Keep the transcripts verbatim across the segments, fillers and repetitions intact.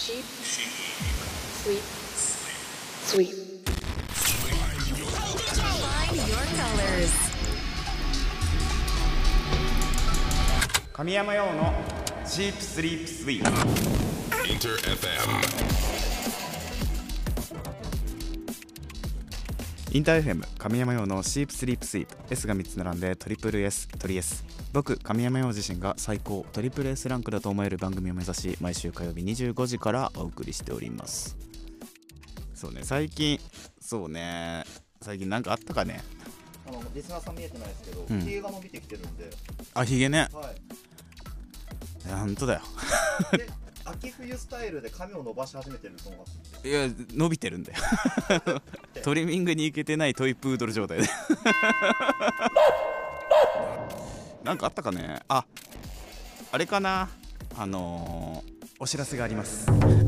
Sheep, sweep, sweep. Find your colors. 神山用のシープスリープスイープ。 インター エフエムインター エフエム 神山用のシープスリープスイープ S がみっつ並んでトリプル S トリ S。僕神山用自身が最高トリプル S ランクだと思える番組を目指し、毎週火曜日にじゅうごじからお送りしております。そうね、最近そうね最近なんかあったかね。 あのリスナーさん見えてないですけど、 うんヒゲが伸びてきてるんで、 あ、ヒゲね。 はい。 いや、ほんとだよ。 で、秋冬スタイルで髪を伸ばし始めてると思って。 いや、伸びてるんだよ。トリミングに行けてないトイプードル状態で。なんかあったかね。あ、あれかな。あのー、お知らせがあります。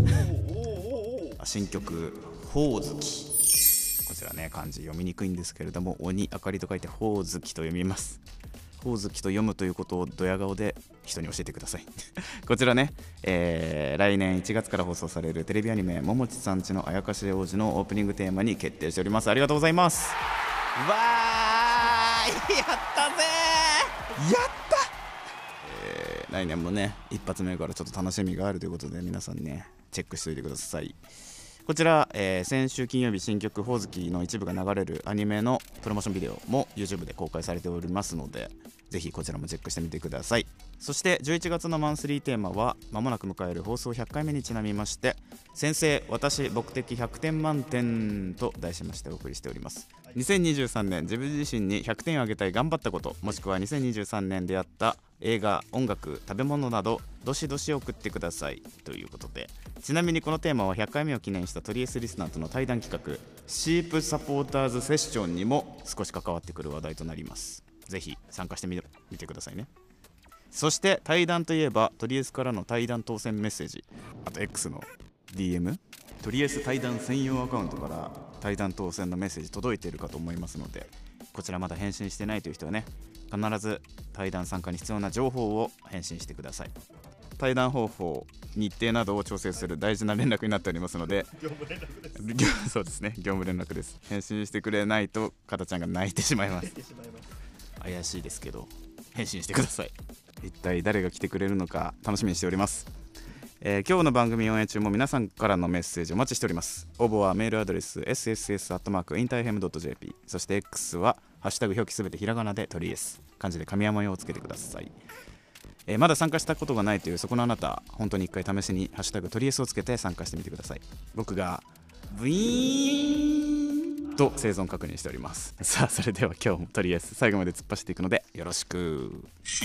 新曲ほおずき。こちらね、漢字読みにくいんですけれども、鬼明かりと書いてほおずきと読みます。ほおずきと読むということをドヤ顔で人に教えてください。こちらね、えー、来年いちがつから放送されるテレビアニメ「ももちさんちのあやかし王子」のオープニングテーマに決定しております。ありがとうございます。わーい、やったぜー、やった、えー、来年もね一発目からちょっと楽しみがあるということで、皆さんねチェックしておいてください。こちら、えー、先週金曜日新曲ほおずきの一部が流れるアニメのプロモーションビデオも YouTube で公開されておりますので、ぜひこちらもチェックしてみてください。そしてじゅういちがつのマンスリーテーマは間もなく迎える放送ひゃっかいめにちなみまして、先生私僕的ひゃくてん満点と題しましてお送りしております。にせんにじゅうさんねん自分自身にひゃくてんをあげたい頑張ったこと、もしくはにせんにじゅうさんねん出会った映画、音楽、食べ物などどしどし送ってくださいということで、ちなみにこのテーマはひゃっかいめを記念したトリエスリスナーとの対談企画シープサポーターズセッションにも少し関わってくる話題となります。ぜひ参加してみてくださいね。そして対談といえばトリエスからの対談当選メッセージ、あと X の ディーエム、 トリエス対談専用アカウントから対談当選のメッセージ届いているかと思いますので、こちらまだ返信してないという人はね、必ず対談参加に必要な情報を返信してください。対談方法、日程などを調整する大事な連絡になっておりますので、 業務連絡です。 そうですね、業務連絡です。返信してくれないとかたちゃんが泣いてしまいます。 出てしまいます。 怪しいですけど返信してください。一体誰が来てくれるのか楽しみにしております。えー、今日の番組オンエア中も皆さんからのメッセージお待ちしております。応募はメールアドレス エスエスエス アットマーク インターエフエム ドット ジェーピー、 そして X はハッシュタグ表記すべてひらがなでトリエス、漢字で神山用をつけてください。えー、まだ参加したことがないというそこのあなた、本当に一回試しにハッシュタグトリエスをつけて参加してみてください。僕がブイーンと生存確認しております。さあ、それでは今日もトリエス最後まで突っ走っていくのでよろしく。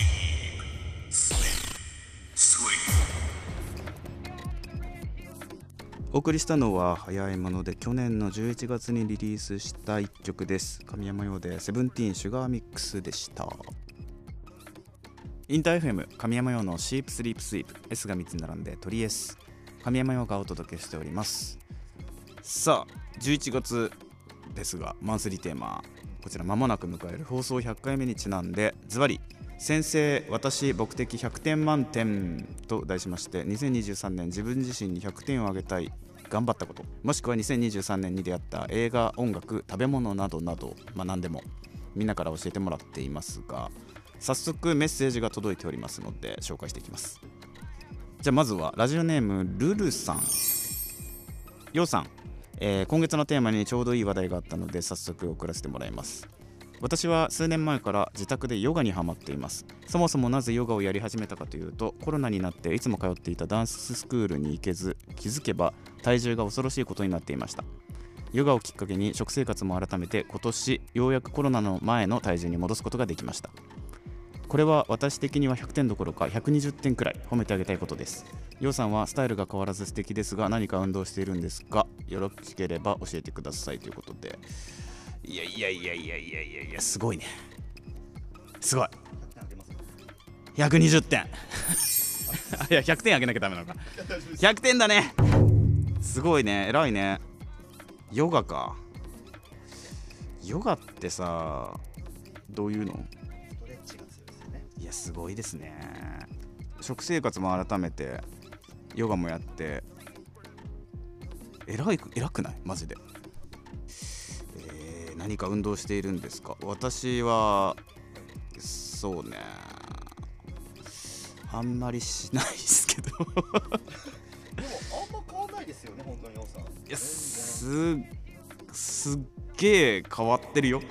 お送りしたのは早いもので去年のじゅういちがつにリリースしたいっきょくです。神山用でセブンティーンシュガーミックスでした。インター エフエム 神山用のシープスリープスイープ S がみっつ並んでトリエス、神山用がお届けしております。さあじゅういちがつですが、マンスリーテーマ、こちら間もなく迎える放送ひゃっかいめにちなんで、ズバリ先生私僕的ひゃくてん満点と題しまして、にせんにじゅうさんねん自分自身にひゃくてんをあげたい頑張ったこと、もしくはにせんにじゅうさんねんに出会った映画、音楽、食べ物などなど、まあ何でもみんなから教えてもらっていますが、早速メッセージが届いておりますので紹介していきます。じゃあまずはラジオネームルルさん。ようさん、えー、今月のテーマにちょうどいい話題があったので早速送らせてもらいます。私は数年前から自宅でヨガにハマっています。そもそもなぜヨガをやり始めたかというと、コロナになっていつも通っていたダンススクールに行けず、気づけば体重が恐ろしいことになっていました。ヨガをきっかけに食生活も改めて、今年ようやくコロナの前の体重に戻すことができました。これは私的にはひゃくてんどころかひゃくにじゅってんくらい褒めてあげたいことです。ようさんはスタイルが変わらず素敵ですが、何か運動しているんですか？よろしければ教えてくださいということで、いやいやいやいやいやいやいや、すごいね、すごいひゃくにじゅってんいやひゃくてんあげなきゃダメなのかひゃくてんだね、すごいね、偉いね。ヨガか。ヨガってさ、どういうの？ ストレッチが強いですよね。 いや、すごいですね。食生活も改めてヨガもやって偉い偉くないマジで。えー、何か運動しているんですか？私はそうね、あんまりしないですけどでもあんま変わんないですよね本当に。ヨウさん、 いやすすっげえ変わってるよ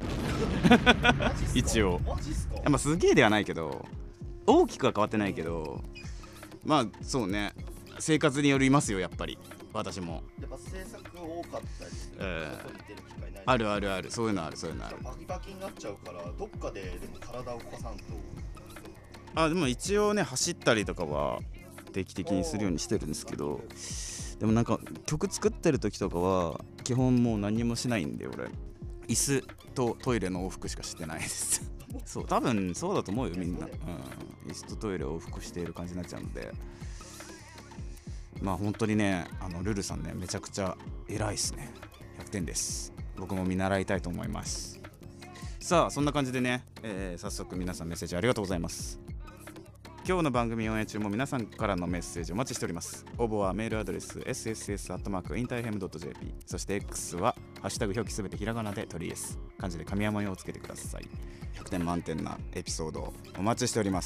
一応マジっすか？ まあすげえではないけど、大きくは変わってないけど、まあそうね、生活によりますよやっぱり。私もやっぱ制作多かったりする、 えー外に出る機会ない。 あるあるある、そういうのあるそういうのある。 バキバキになっちゃうからどっかででも体をこさんと。 あでも一応ね走ったりとかは定期的にするようにしてるんですけど、でもなんか曲作ってる時とかは基本もう何もしないんで、俺椅子とトイレの往復しかしてないですそう多分そうだと思うよみんな、うん、椅子とトイレを往復している感じになっちゃうので、まあ本当にね、あのルルさんねめちゃくちゃ偉いっすね。ひゃくてんです。僕も見習いたいと思います。さあそんな感じでね、えー、早速皆さんメッセージありがとうございます。今日の番組オンエア中も皆さんからのメッセージお待ちしております。応募はメールアドレス エスエスエス アットマーク インターフェム ドット ジェーピー、 そして X はハッシュタグ表記すべてひらがなでトリエス、漢字で神山用をつけてください。ひゃくてん満点なエピソードをお待ちしております。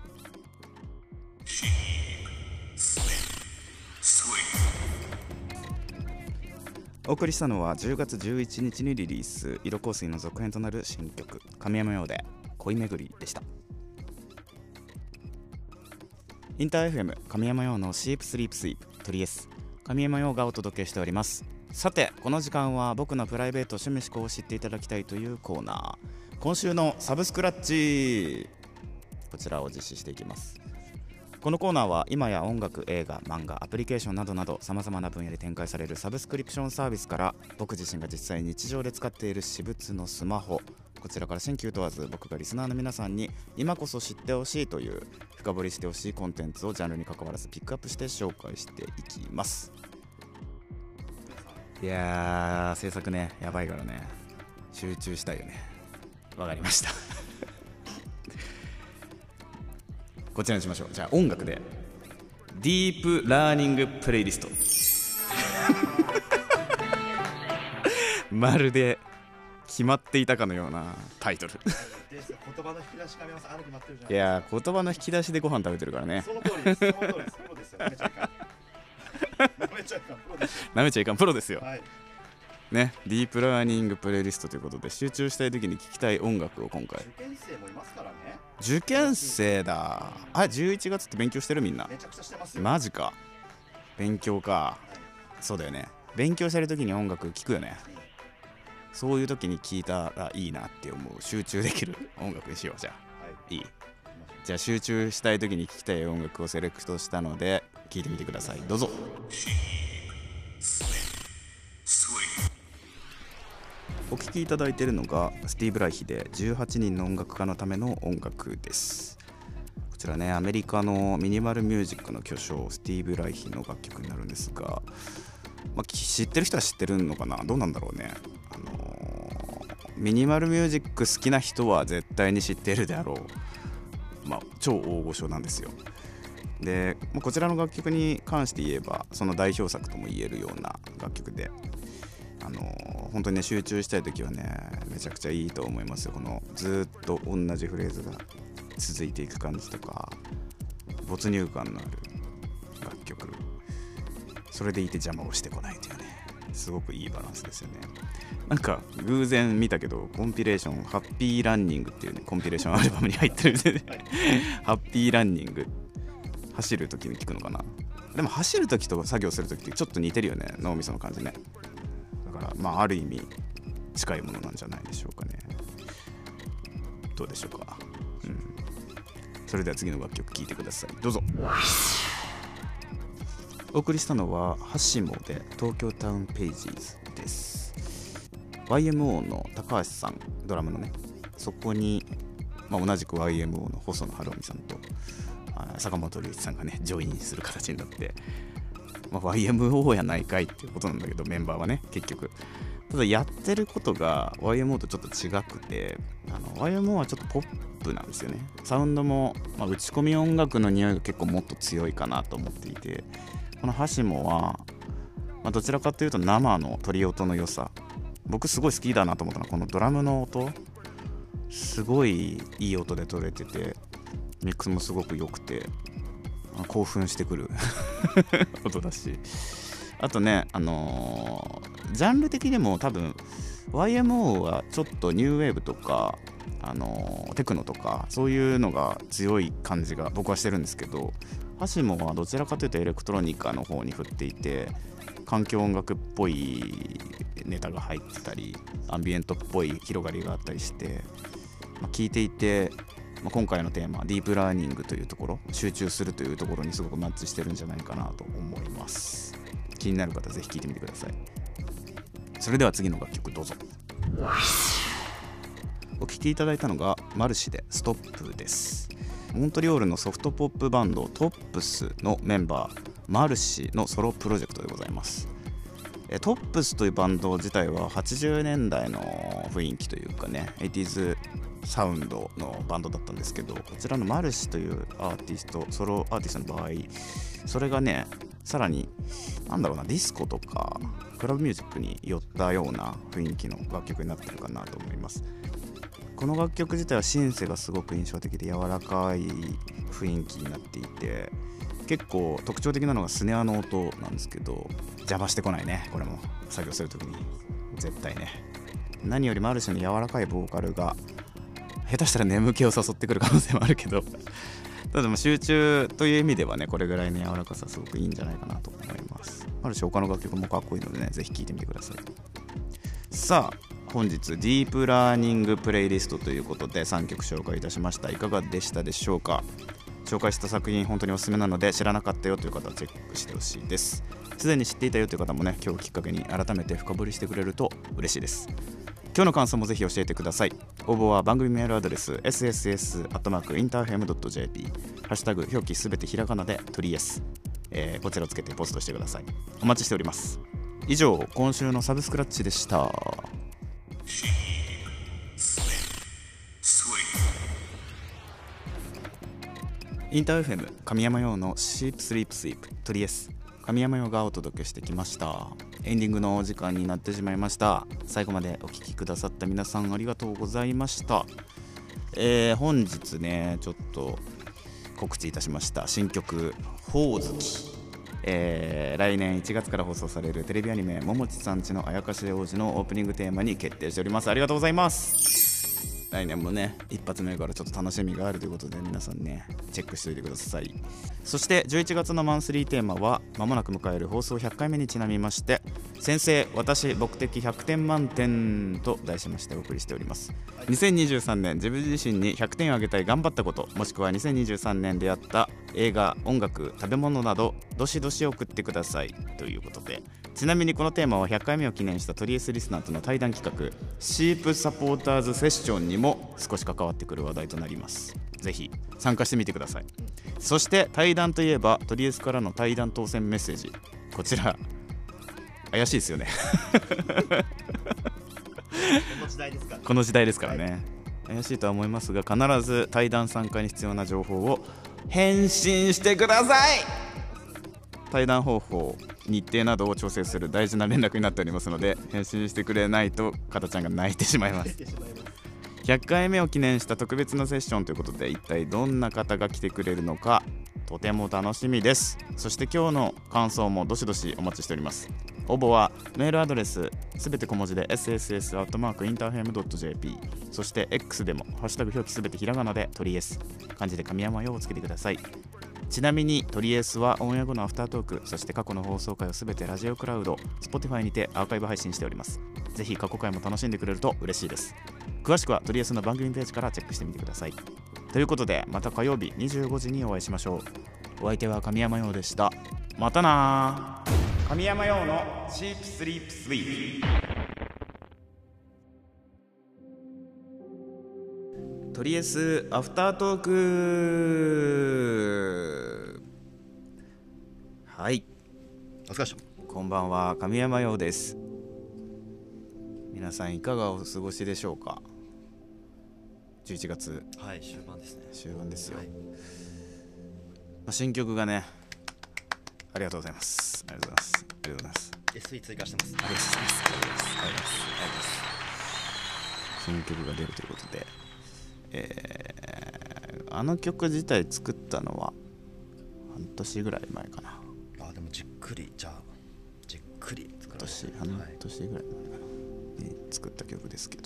お送りしたのはじゅうがつじゅういちにちにリリース、色香水の続編となる新曲神山用で恋めぐりでした。インター エフエム 神山用のシープスリープスイープトリエス、神山用がお届けしております。さてこの時間は僕のプライベート趣味思考を知っていただきたいというコーナー、今週のサブスクラッチ、こちらを実施していきます。このコーナーは今や音楽、映画、漫画、アプリケーションなどなどさまざまな分野で展開されるサブスクリプションサービスから、僕自身が実際日常で使っている私物のスマホ、こちらから新旧問わず僕がリスナーの皆さんに今こそ知ってほしいという深掘りしてほしいコンテンツをジャンルに関わらずピックアップして紹介していきます。いやー制作ねやばいからね、集中したいよね。わかりましたこちらにしましょう。じゃあ音楽でディープラーニングプレイリストまるで決まっていたかのようなタイトル言葉の引き出し神山さんある決まってるじゃん。 いやー言葉の引き出しでご飯食べてるからね。 その通りです。その通りです。プロですよ。なめちゃいかん。なめちゃいかん。プロですよ。 なめちゃいかんプロですよ。 はい。 ね、ディープラーニングプレイリストということで、集中したい時に聴きたい音楽を今回。 受験生もいますからね。 受験生だ。あ、じゅういちがつって勉強してるみんな。 めちゃくちゃしてますよ。 マジか。勉強か。 はい、 そうだよね。勉強してる時に音楽聴くよね。そういう時に聴いたらいいなって思う、集中できる音楽にしよう。じゃあ、はい、いい。じゃあ集中したい時に聴きたい音楽をセレクトしたので聴いてみてください。どうぞ。お聴きいただいているのがスティーブ・ライヒでじゅうはちにんの音楽家のための音楽です。こちらね、アメリカのミニマルミュージックの巨匠スティーブ・ライヒの楽曲になるんですが、まあ、知ってる人は知ってるのかな、どうなんだろうね。あのー、ミニマルミュージック好きな人は絶対に知ってるであろう、まあ、超大御所なんですよ。で、まあ、こちらの楽曲に関して言えばその代表作とも言えるような楽曲で、あのー、本当にね集中したい時はねめちゃくちゃいいと思いますよ。このずっと同じフレーズが続いていく感じとか、没入感のある楽曲、それでいて邪魔をしてこないというね、すごくいいバランスですよね。なんか偶然見たけどコンピレーションハッピーランニングっていうねコンピレーションアルバムに入ってるんで、ね、ハッピーランニング、走る時に聞くのかな。でも走る時と作業する時ってちょっと似てるよね、脳みその感じね。だからまあある意味近いものなんじゃないでしょうかね。どうでしょうか、うん、それでは次の楽曲聴いてください。どうぞ。お送りしたのはハシモで東京タウンページーズです。 ワイエムオー の高橋さん、ドラムのね、そこに、まあ、同じく ワイエムオー の細野晴臣さんと坂本龍一さんがねジョインする形になって、まあ、ワイエムオー やないかいっていうことなんだけど、メンバーはね結局ただやってることが ワイエムオー とちょっと違くて、あの ワイエムオー はちょっとポップなんですよね。サウンドも、まあ、打ち込み音楽の匂いが結構もっと強いかなと思っていて、このハシモはまあ、どちらかというと生の鳥音の良さ、僕すごい好きだなと思ったのはこのドラムの音、すごいいい音で取れててミックスもすごく良くて興奮してくる音だし、あとね、あのー、ジャンル的にも多分 ワイエムオー はちょっとニューウェーブとか、あのー、テクノとかそういうのが強い感じが僕はしてるんですけど、ハシモはどちらかというとエレクトロニカの方に振っていて、環境音楽っぽいネタが入ってたりアンビエントっぽい広がりがあったりして、まあ、聞いていて、まあ、今回のテーマディープラーニングというところ、集中するというところにすごくマッチしてるんじゃないかなと思います。気になる方ぜひ聴いてみてください。それでは次の楽曲どうぞ。お聴きいただいたのがマルシでストップです。モントリオールのソフトポップバンドトップスのメンバーマルシのソロプロジェクトでございます。トップスというバンド自体ははちじゅうねんだいの雰囲気というかね、エイティーズサウンドのバンドだったんですけど、こちらのマルシというアーティスト、ソロアーティストの場合、それがねさらになんだろうな、ディスコとかクラブミュージックに寄ったような雰囲気の楽曲になってるかなと思います。この楽曲自体はシンセがすごく印象的で柔らかい雰囲気になっていて、結構特徴的なのがスネアの音なんですけど、邪魔してこないね、これも作業するときに絶対ね。何よりマルシの柔らかいボーカルが下手したら眠気を誘ってくる可能性もあるけどただ集中という意味ではね、これぐらいの柔らかさすごくいいんじゃないかなと思います。マルシ他の楽曲もかっこいいのでね、ぜひ聴いてみてください。さあ本日ディープラーニングプレイリストということでさんきょく紹介いたしました。いかがでしたでしょうか。紹介した作品本当におすすめなので、知らなかったよという方はチェックしてほしいです。すでに知っていたよという方もね、今日きっかけに改めて深掘りしてくれると嬉しいです。今日の感想もぜひ教えてください。応募は番組メールアドレス エスエスエス アットマーク インターフェム ドット ジェーピー ハッシュタグ表記すべてひらがなでトリエス、えー、こちらをつけてポストしてください。お待ちしております。以上、今週のサブスクラッチでした。インター エフエム 神山用のシープスリープスイープトリエス、神山用がお届けしてきました。エンディングのお時間になってしまいました。最後までお聞きくださった皆さんありがとうございました。えー、本日ねちょっと告知いたしました新曲ほおずき、えー、来年いちがつから放送されるテレビアニメももちさんちのあやかし王子のオープニングテーマに決定しております。ありがとうございます。来年もね一発目からちょっと楽しみがあるということで、皆さんねチェックしておいてください。そしてじゅういちがつのマンスリーテーマはまもなく迎える放送ひゃっかいめにちなみまして、先生私僕的ひゃくてん満点と題しましてお送りしております。にせんにじゅうさんねん自分自身にひゃくてんをあげたい頑張ったこと、もしくはにせんにじゅうさんねん出会った映画、音楽、食べ物などどしどし送ってくださいということで、ちなみにこのテーマはひゃっかいめを記念したトリエスリスナーとの対談企画シープサポーターズセッションにも少し関わってくる話題となります。ぜひ参加してみてください。そして対談といえばトリエスからの対談当選メッセージ、こちら怪しいですよねこの時代ですから、 この時代ですからね、はい、怪しいとは思いますが必ず対談参加に必要な情報を返信してください。対談方法、日程などを調整する大事な連絡になっておりますので、返信してくれないとかたちゃんが泣いてしまいます。ひゃっかいめを記念した特別なセッションということで、一体どんな方が来てくれるのかとても楽しみです。そして今日の感想もどしどしお待ちしております。応募はメールアドレスすべて小文字で エスエスエス アットマーク インターフェム ドット ジェーピー、 そして X でもハッシュタグ表記すべてひらがなでトリエス、漢字で神山用をつけてください。ちなみにトリエスはオンエア後のアフタートーク、そして過去の放送回をすべてラジオクラウド、Spotify にてアーカイブ配信しております。ぜひ過去回も楽しんでくれると嬉しいです。詳しくはトリエスの番組ページからチェックしてみてください。ということでまた火曜日にじゅうごじにお会いしましょう。お相手は神山用でした。またな。神山用のチープスリープスイープトリエスアフタートーク。はい、 お疲れ様。 こんばんは、神山陽です。皆さんいかがお過ごしでしょうか。じゅういちがつ、 はい、終盤ですね。 終盤ですよ、 はい、 まあ、新曲がね、ありがとうございます。ありがとうございます。ありがとうございます。 エスイー 追加してます。 ありがとうございます。ありがとうございます。ありがとうございます。その曲が出るということで、えー、あの曲自体作ったのは半年ぐらい前かな。 あでもじっくりじゃあじっくり作られて年る、 半はい、 年ぐらい前かなに作った曲ですけど、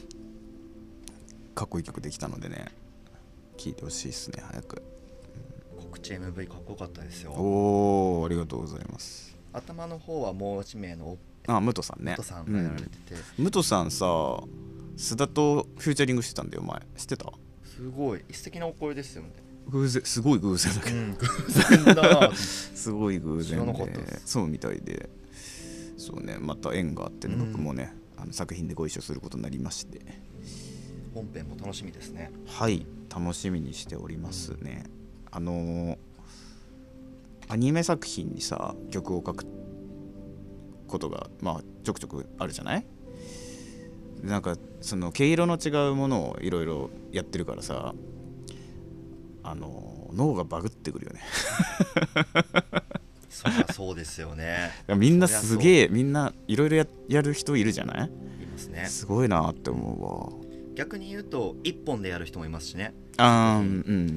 かっこいい曲できたのでね、聴いてほしいですね、早く。 告知 エムブイ かっこよかったですよ。 おー、ありがとうございます。 頭の方はもう一名のあ、武藤さんね。 武藤さんがやられてて、 うん、武藤さんさ、須田とフューチャリングしてたんだよ、前。知ってた？ すごい素敵なお声ですよね。 偶然、すごい偶然だけど、 うん、偶然だなすごい偶知らなか然で、 ったです。 そうみたいで、そうね、また縁があってね、 うん僕もね、あの作品でご一緒することになりまして、 本編も楽しみですね。 はい、楽しみにしておりますね。うん、あのー、アニメ作品にさ、曲を書くことが、まあ、ちょくちょくあるじゃない？なんかその毛色の違うものをいろいろやってるからさ、あの脳がバグってくるよねそりゃそうですよねみんなすげえ、みんないろいろややる人いるじゃない？ いますね。 すごいなって思うわ。 逆に言うと一本でやる人もいますしね。 あー、うん、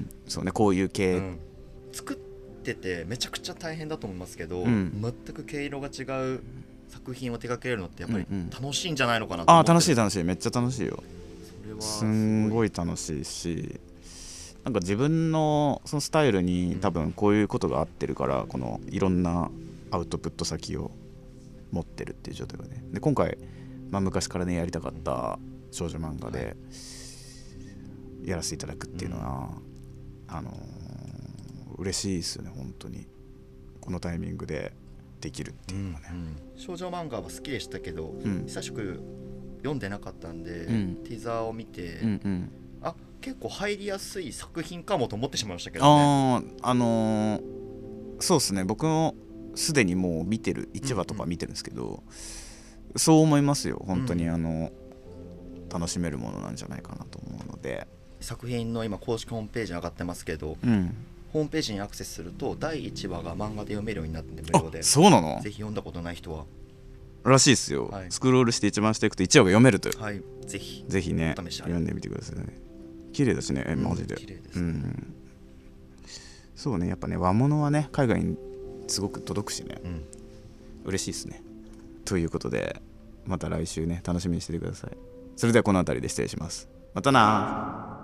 そうね、こういう系、 うん、作っててめちゃくちゃ大変だと思いますけど、 うん、 全く毛色が違う作品を手掛けるのってやっぱりうんうん楽しいんじゃないのかなと思って。 あー、楽しい楽しい、めっちゃ楽しいよ。 それはすんごい楽しいし、なんか自分のそのスタイルに多分こういうことが合ってるから、このいろんなアウトプット先を持ってるっていう状態がね。で今回、まあ、昔からねやりたかった少女漫画でやらせていただくっていうのは、うん、あのー、嬉しいですよね、本当に。このタイミングでできるっていうのはね、 うんうん、少女漫画は好きでしたけど、 うん、 久しく読んでなかったんで、 うん、 ティザーを見て、 うんうん、 あ、結構入りやすい作品かもと思ってしまいましたけどね。 ああ、あのー、そうですね、僕もすでにもう見てるいちわとか見てるんですけど、うんうん、そう思いますよ、本当に、あの楽しめるものなんじゃないかなと思うので。 作品の今公式ホームページに上がってますけど、 うん、 ホームページにアクセスするとだいいちわが漫画で読めるようになって無料で。 あ、そうなの？ ぜひ読んだことない人はらしいですよ、 はい、 スクロールして一番下行くといちわが読めるという、 はい、ぜひぜひね読んでみてくださいね。綺麗だしね、えマジで、 うん、綺麗ですね、 うん、そうね、やっぱね和物はね海外にすごく届くしね、うん、嬉しいですね。ということでまた来週ね楽しみにしててください。それではこの辺りで失礼します。またな。